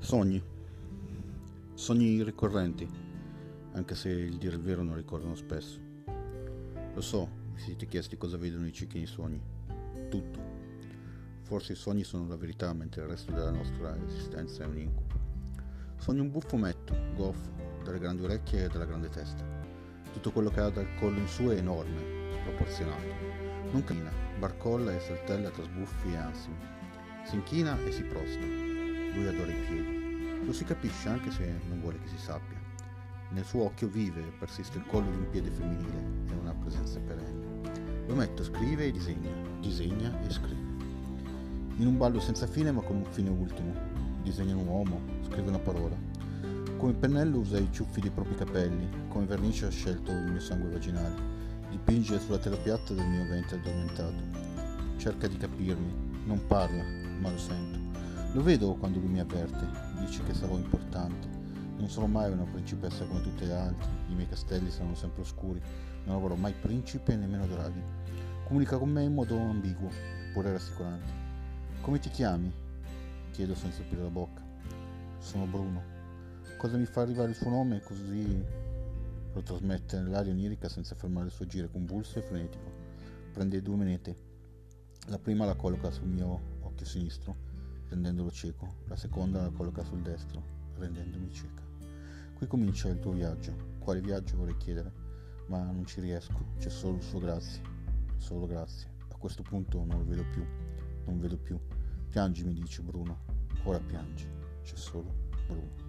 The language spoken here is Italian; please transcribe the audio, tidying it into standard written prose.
Sogni. Sogni ricorrenti, anche se il dire il vero non ricorrono spesso. Lo so, vi siete chiesti cosa vedono i ciechi nei sogni. Tutto. Forse i sogni sono la verità, mentre il resto della nostra esistenza è un incubo. Sogno un buffo metto, goffo, dalle grandi orecchie e dalla grande testa. Tutto quello che ha dal collo in su è enorme, sproporzionato. Non cammina, barcolla e saltella tra sbuffi e ansimi. Si inchina e si prosta. Lui adora i piedi. Lo si capisce anche se non vuole che si sappia. Nel suo occhio vive e persiste il collo di un piede femminile e una presenza perenne. L'ometto scrive e disegna e scrive. In un ballo senza fine ma con un fine ultimo. Disegna un uomo, scrive una parola. Come pennello usa i ciuffi dei propri capelli, come vernice ha scelto il mio sangue vaginale. Dipinge sulla tela piatta del mio ventre addormentato. Cerca di capirmi, non parla, ma lo sento. Lo vedo quando lui mi avverte, dice che sarò importante. Non sarò mai una principessa come tutte le altre, i miei castelli saranno sempre oscuri, non avrò mai principe e nemmeno draghi. Comunica con me in modo ambiguo, eppure rassicurante. Come ti chiami? Chiedo senza aprire la bocca. Sono Bruno. Cosa mi fa arrivare il suo nome così lo trasmette nell'aria onirica senza fermare il suo agire convulso e frenetico. Prende 2 monete. La prima la colloca sul mio occhio sinistro, rendendolo cieco, la seconda la colloca sul destro, rendendomi cieca. Qui comincia il tuo viaggio. Quale viaggio vorrei chiedere? Ma non ci riesco, c'è solo il suo grazie, solo grazie. A questo punto non lo vedo più, non vedo più. Piangi, mi dice Bruno, ora piangi, c'è solo Bruno.